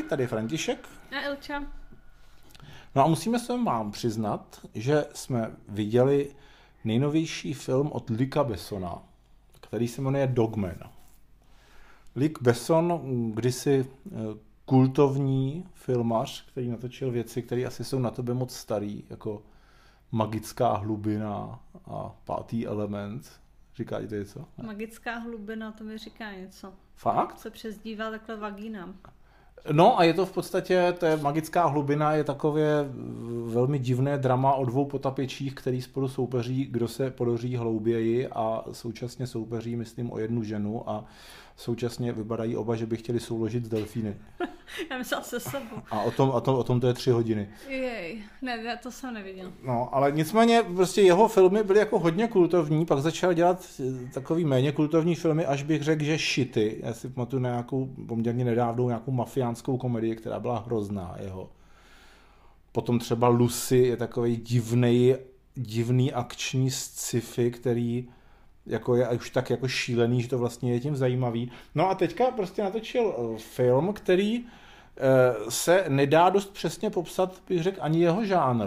Ahoj, tady František. A Ilča. No a musíme se vám přiznat, že jsme viděli nejnovější film od Luca Bessona, který se jmenuje Dogman. Luc Besson, kdysi kultovní filmař, který natočil věci, které asi jsou na tebe moc starý, jako Magická hlubina a Pátý element. Říká ti to něco? Ne? Magická hlubina, to mi říká něco. Fakt? Se přezdívá takhle vagínám. No a je to v podstatě, Magická hlubina je takové velmi divné drama o dvou potapěčích, který spolu soupeří, kdo se podoří hlouběji a současně soupeří, myslím, o jednu ženu a současně vypadají oba, že by chtěli souložit s delfíny. Já myslela se sebou. A o tom to je 3 hodiny. Jej, ne, to jsem neviděl. No, ale nicméně prostě jeho filmy byly jako hodně kultovní, pak začal dělat takový méně kultovní filmy, až bych řekl, že Shitty. Já si pamatuju na nějakou poměrně nedávnou nějakou mafiánskou komedii, která byla hrozná jeho. Potom třeba Lucy je takový divný akční sci-fi, který jako je už tak jako šílený, že to vlastně je tím zajímavý. No a teďka prostě natočil film, který se nedá dost přesně popsat, bych řekl, ani jeho žánr.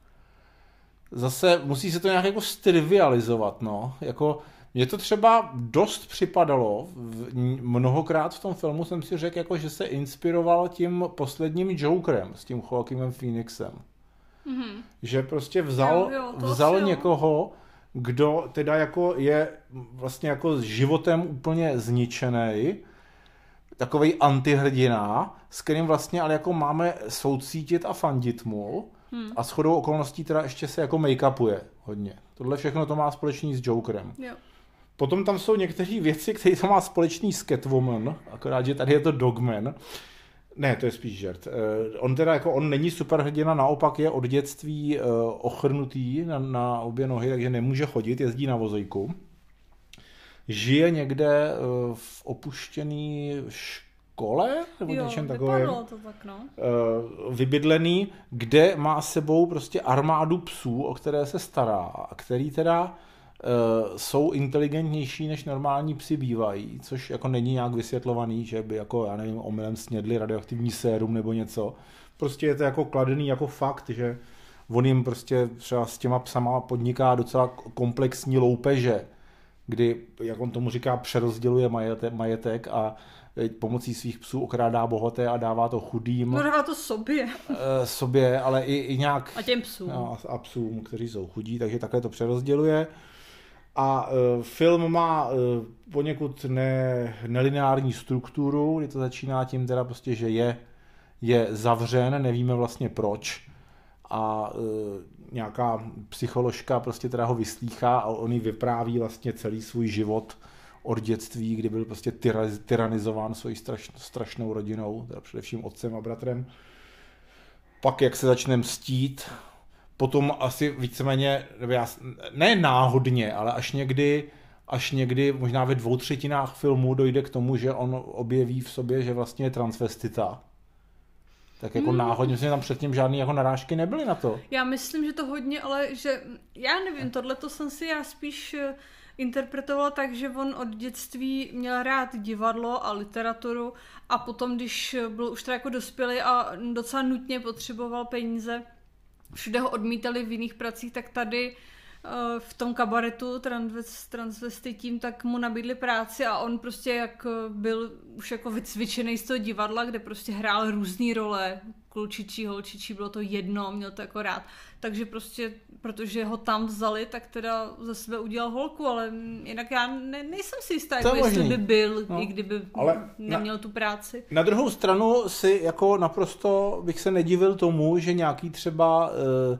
Zase musí se to nějak jako strivializovat, no. Jako, mně to třeba dost připadalo, mnohokrát v tom filmu jsem si řekl, jako, že se inspiroval tím posledním Jokerem, s tím Joaquinem Phoenixem. Mm-hmm. Že prostě vzal někoho, kdo teda jako je vlastně jako s životem úplně zničený, takovej antihrdina, s kterým vlastně ale jako máme soucítit a fandit mu a shodou okolností teda ještě se jako make-upuje hodně. Tohle všechno to má společný s Jokerem. Jo. Potom tam jsou některé věci, které to má společný s Catwoman, akorát, že tady je to Dogman. Ne, to je spíš žert. On není superhrdina, naopak je od dětství ochrnutý na obě nohy, takže nemůže chodit, jezdí na vozejku. Žije někde v opuštěný škole, nebo něčem takovém. To tak, no. Vybydlený, kde má s sebou prostě armádu psů, o které se stará, a který teda jsou inteligentnější, než normální psi bývají, což jako není nějak vysvětlovaný, že by jako, já nevím, omylem snědli radioaktivní sérum nebo něco. Prostě je to jako kladený jako fakt, že on jim prostě třeba s těma psama podniká docela komplexní loupeže, kdy, jak on tomu říká, přerozděluje majetek a pomocí svých psů okrádá bohaté a dává to chudým. No dává to sobě. Sobě, ale i nějak... A těm psům. No, a psům, kteří jsou chudí, takže takhle to přerozděluje. A film má poněkud nelineární strukturu, kdy to začíná tím teda prostě, že je zavřen, nevíme vlastně proč. A nějaká psycholožka prostě teda ho vyslýchá a on jí vypráví vlastně celý svůj život od dětství, kdy byl prostě tyranizován svojí strašnou rodinou, teda především otcem a bratrem. Pak jak se začne mstít, potom asi víceméně, ne náhodně, ale až někdy, možná ve 2/3 filmu dojde k tomu, že on objeví v sobě, že vlastně je transvestita. Tak jako náhodně, myslím, že tam předtím žádný jako narážky nebyly na to. Já myslím, že to hodně, ale že, já nevím, tohleto jsem si já spíš interpretovala tak, že on od dětství měl rád divadlo a literaturu a potom, když byl už teda jako dospělý a docela nutně potřeboval peníze, všude ho odmítali v jiných pracích, tak tady v tom kabaretu transvestitím, tak mu nabídli práci a on prostě jak byl už jako vycvičený z toho divadla, kde prostě hrál různý role, klučičí, holčičí, bylo to jedno, měl to jako rád. Takže prostě, protože ho tam vzali, tak teda ze sebe udělal holku, ale jinak já nejsem si jistá, jako jestli by byl, i kdyby neměl tu práci. Na druhou stranu si jako naprosto bych se nedivil tomu, že nějaký třeba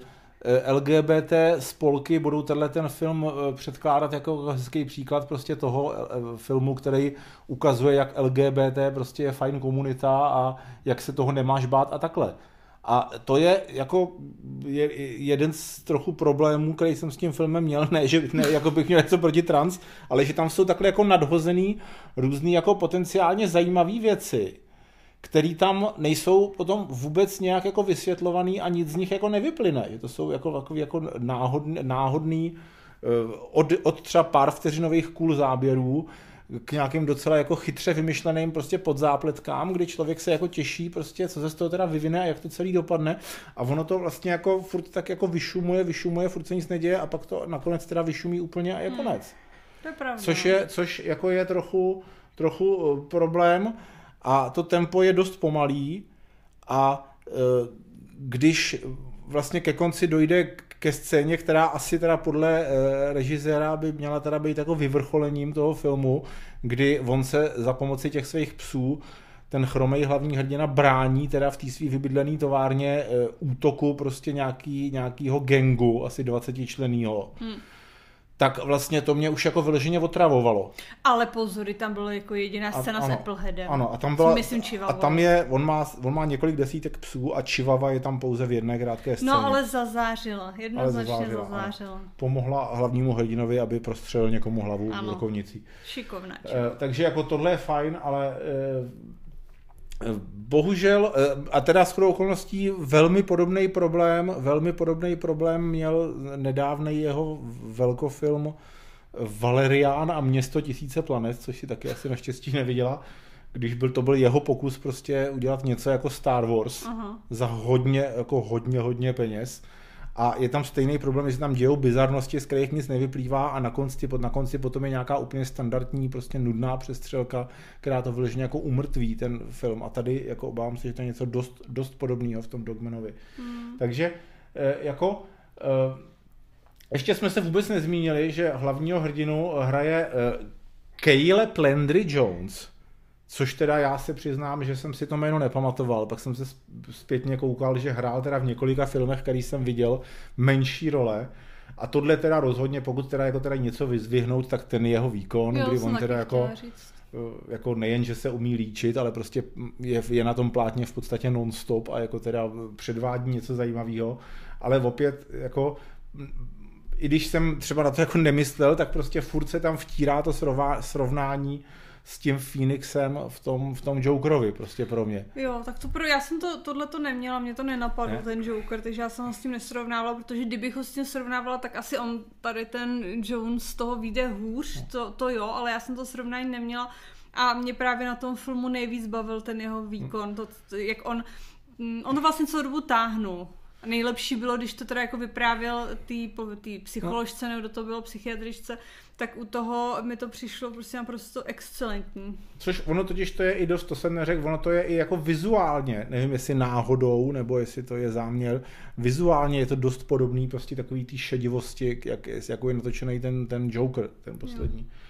LGBT spolky budou ten film předkládat jako hezký příklad prostě toho filmu, který ukazuje, jak LGBT prostě je fajn komunita a jak se toho nemáš bát a takhle. A to je jako jeden z trochu problémů, který jsem s tím filmem měl, ne jako bych měl něco proti trans, ale že tam jsou takhle jako nadhozený různý jako potenciálně zajímavý věci, který tam nejsou potom vůbec nějak jako vysvětlovaný a nic z nich jako nevyplyne. Že to jsou jako náhodný od třeba pár vteřinových cool záběrů, k nějakým docela jako chytře vymyšleným prostě podzápletkám, kdy člověk se jako těší prostě, co se z toho teda vyvine a jak to celý dopadne a ono to vlastně jako furt tak jako vyšumuje, furt se nic neděje a pak to nakonec teda vyšumí úplně a je konec. To je pravda. Což jako je trochu problém a to tempo je dost pomalý a když vlastně ke konci dojde ke scéně, která asi teda podle režiséra by měla teda být jako vyvrcholením toho filmu, kdy on se za pomoci těch svých psů ten chromej hlavní hrdina brání teda v té svý vybydlený továrně útoku prostě nějakýho gangu, asi 20členýho. Tak vlastně to mě už jako vyloženě otravovalo. Ale pozory, tam byla jako jediná scéna s Appleheadem. Ano, a tam byla, myslím a tam je, on má několik desítek psů a Chihuahua je tam pouze v jedné krátké scéně. No ale zazářila, jednoznačně zazářila. Pomohla hlavnímu hrdinovi, aby prostřelil někomu hlavu rukovnicí. Šikovná. Takže jako tohle je fajn, ale bohužel, a teda shodou okolností velmi podobný problém měl nedávnej jeho velkofilm Valerián a město tisíce planet, což si taky asi naštěstí neviděla, když to byl jeho pokus prostě udělat něco jako Star Wars za hodně peněz. A je tam stejný problém, že tam dějou bizarnosti, z kterých nic nevyplývá a na konci potom je nějaká úplně standardní, prostě nudná přestřelka, která to vyloženě jako umrtví ten film. A tady jako obávám se, že to je něco dost podobného v tom Dogmanovi. Takže ještě jsme se vůbec nezmínili, že hlavního hrdinu hraje Caleb Landry Jones, což teda já se přiznám, že jsem si to jméno nepamatoval, pak jsem se zpětně koukal, že hrál teda v několika filmech, který jsem viděl, menší role. A tohle teda rozhodně, pokud teda jako teda něco vyzvihnout, tak ten jeho výkon, kdy on teda jako nejen, že se umí líčit, ale prostě je na tom plátně v podstatě non-stop a jako teda předvádí něco zajímavého. Ale opět jako i když jsem třeba na to jako nemyslel, tak prostě furt se tam vtírá to srovnání s tím Phoenixem v tom Jokerovi prostě pro mě. Jo, tak já jsem tohle to neměla, mě to nenapadlo, ten Joker, takže já jsem ho s tím nesrovnávala, protože kdybych ho s tím srovnávala, tak asi on tady ten Jones z toho vyjde hůř, to jo, ale já jsem to srovnání neměla a mě právě na tom filmu nejvíc bavil ten jeho výkon, jak on to vlastně celou dobu táhnul. A nejlepší bylo, když to teda jako vyprávěl té psycholožce, nebo kdo to bylo, psychiatričce, tak u toho mi to přišlo prostě naprosto excelentní. Což ono totiž to je i dost, to jsem neřekl, ono to je i jako vizuálně, nevím jestli náhodou, nebo jestli to je záměr, vizuálně je to dost podobný prostě takový té šedivosti, jako je natočený ten Joker, ten poslední. Jo.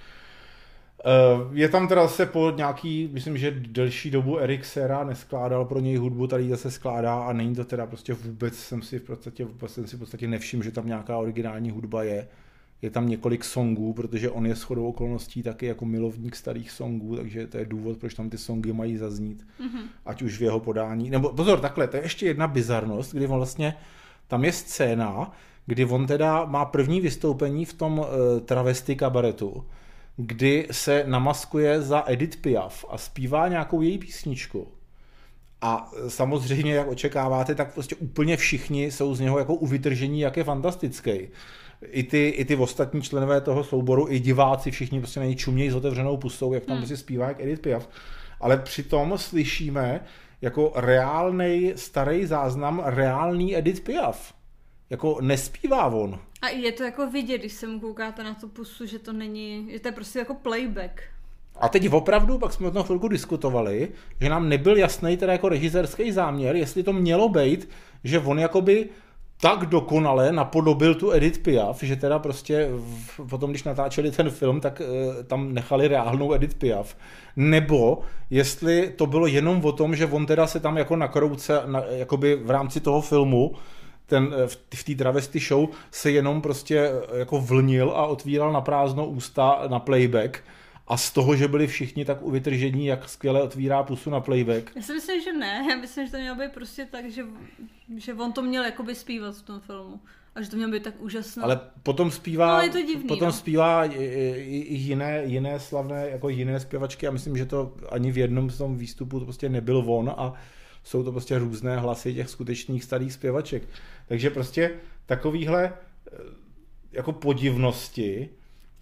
Je tam teda zase po nějaký, myslím, že delší dobu Eric Serra neskládal pro něj hudbu, tady zase skládá a není to teda prostě vůbec jsem si v podstatě nevšiml, že tam nějaká originální hudba je. Je tam několik songů, protože on je shodou okolností taky jako milovník starých songů, takže to je důvod, proč tam ty songy mají zaznít, ať už v jeho podání. Nebo pozor, takhle, to je ještě jedna bizarnost, kdy on vlastně, tam je scéna, kdy on teda má první vystoupení v tom travesty kabaretu, kdy se namaskuje za Edith Piaf a zpívá nějakou její písničku. A samozřejmě, jak očekáváte, tak prostě úplně všichni jsou z něho jako uvytržení, jak je fantastický. I ty ostatní členové toho souboru, i diváci, všichni prostě na něj čumějí s otevřenou pustou, jak tam prostě zpívá jak Edith Piaf. Ale přitom slyšíme jako reálnej starý záznam reálný Edith Piaf. Jako nespívá on. A je to jako vidět, když se mu koukáte na tu pusu, že to není, že to je prostě jako playback. A teď opravdu, pak jsme o tom chvilku diskutovali, že nám nebyl jasný teda jako režisérský záměr, jestli to mělo být, že on jakoby tak dokonale napodobil tu Edith Piaf, že teda prostě potom, když natáčeli ten film, tak tam nechali reálnou Edith Piaf. Nebo jestli to bylo jenom o tom, že on teda se tam jako nakrouce, jakoby v rámci toho filmu, v té travesty show se jenom prostě jako vlnil a otvíral na prázdno ústa na playback a z toho, že byli všichni tak uvytržení, jak skvěle otvírá pusu na playback. Já si myslím, že ne. Já myslím, že to mělo být prostě tak, že on to měl jakoby zpívat v tom filmu. A že to mělo být tak úžasné. Ale potom zpívá, je to divný, zpívá i jiné slavné, jako jiné zpěvačky a myslím, že to ani v jednom z tom výstupu to prostě nebyl on a jsou to prostě různé hlasy těch skutečných starých zpěvaček. Takže prostě takovýhle jako podivnosti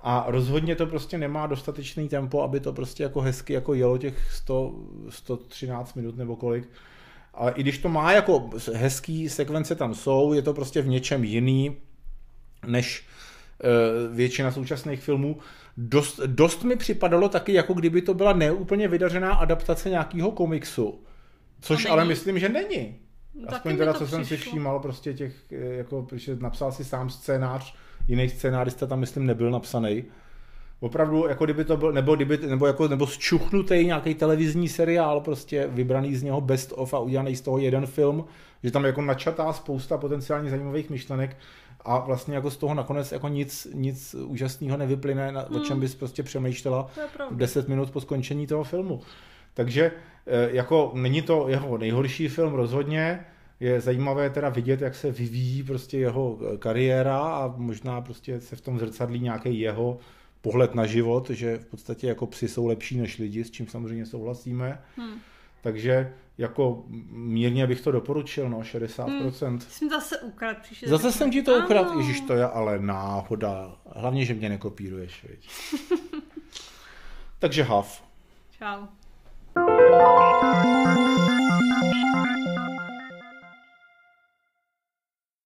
A rozhodně to prostě nemá dostatečný tempo, aby to prostě jako hezky jako jelo těch 113 minut nebo kolik. Ale i když to má jako hezký sekvence tam jsou, je to prostě v něčem jiný než většina současných filmů. Dost mi připadalo taky, jako kdyby to byla neúplně vydařená adaptace nějakého komiksu. Což ale myslím, že není. Aspoň teda, co jsem si všímal, prostě těch, jako, protože napsal si sám scénář, jiný scénárista tam, myslím, nebyl napsaný. Opravdu, jako kdyby to byl, nebo zčuchnutý nějaký televizní seriál, prostě vybraný z něho best of a udělaný z toho jeden film, že tam jako načatá spousta potenciálně zajímavých myšlenek a vlastně jako z toho nakonec jako nic úžasného nevyplyne, o čem bys prostě přemýšlela 10 minut po skončení toho filmu. Takže jako není to jeho nejhorší film rozhodně, je zajímavé teda vidět, jak se vyvíjí prostě jeho kariéra a možná prostě se v tom zrcadlí nějaký jeho pohled na život, že v podstatě jako psi jsou lepší než lidi, s čím samozřejmě souhlasíme. Takže jako mírně bych to doporučil, 60%. Jsem zase ukradl. Zase jsem ti to ukradl, ježiš, to je ale náhoda. Hlavně, že mě nekopíruješ, viď. Takže Hav. Čau.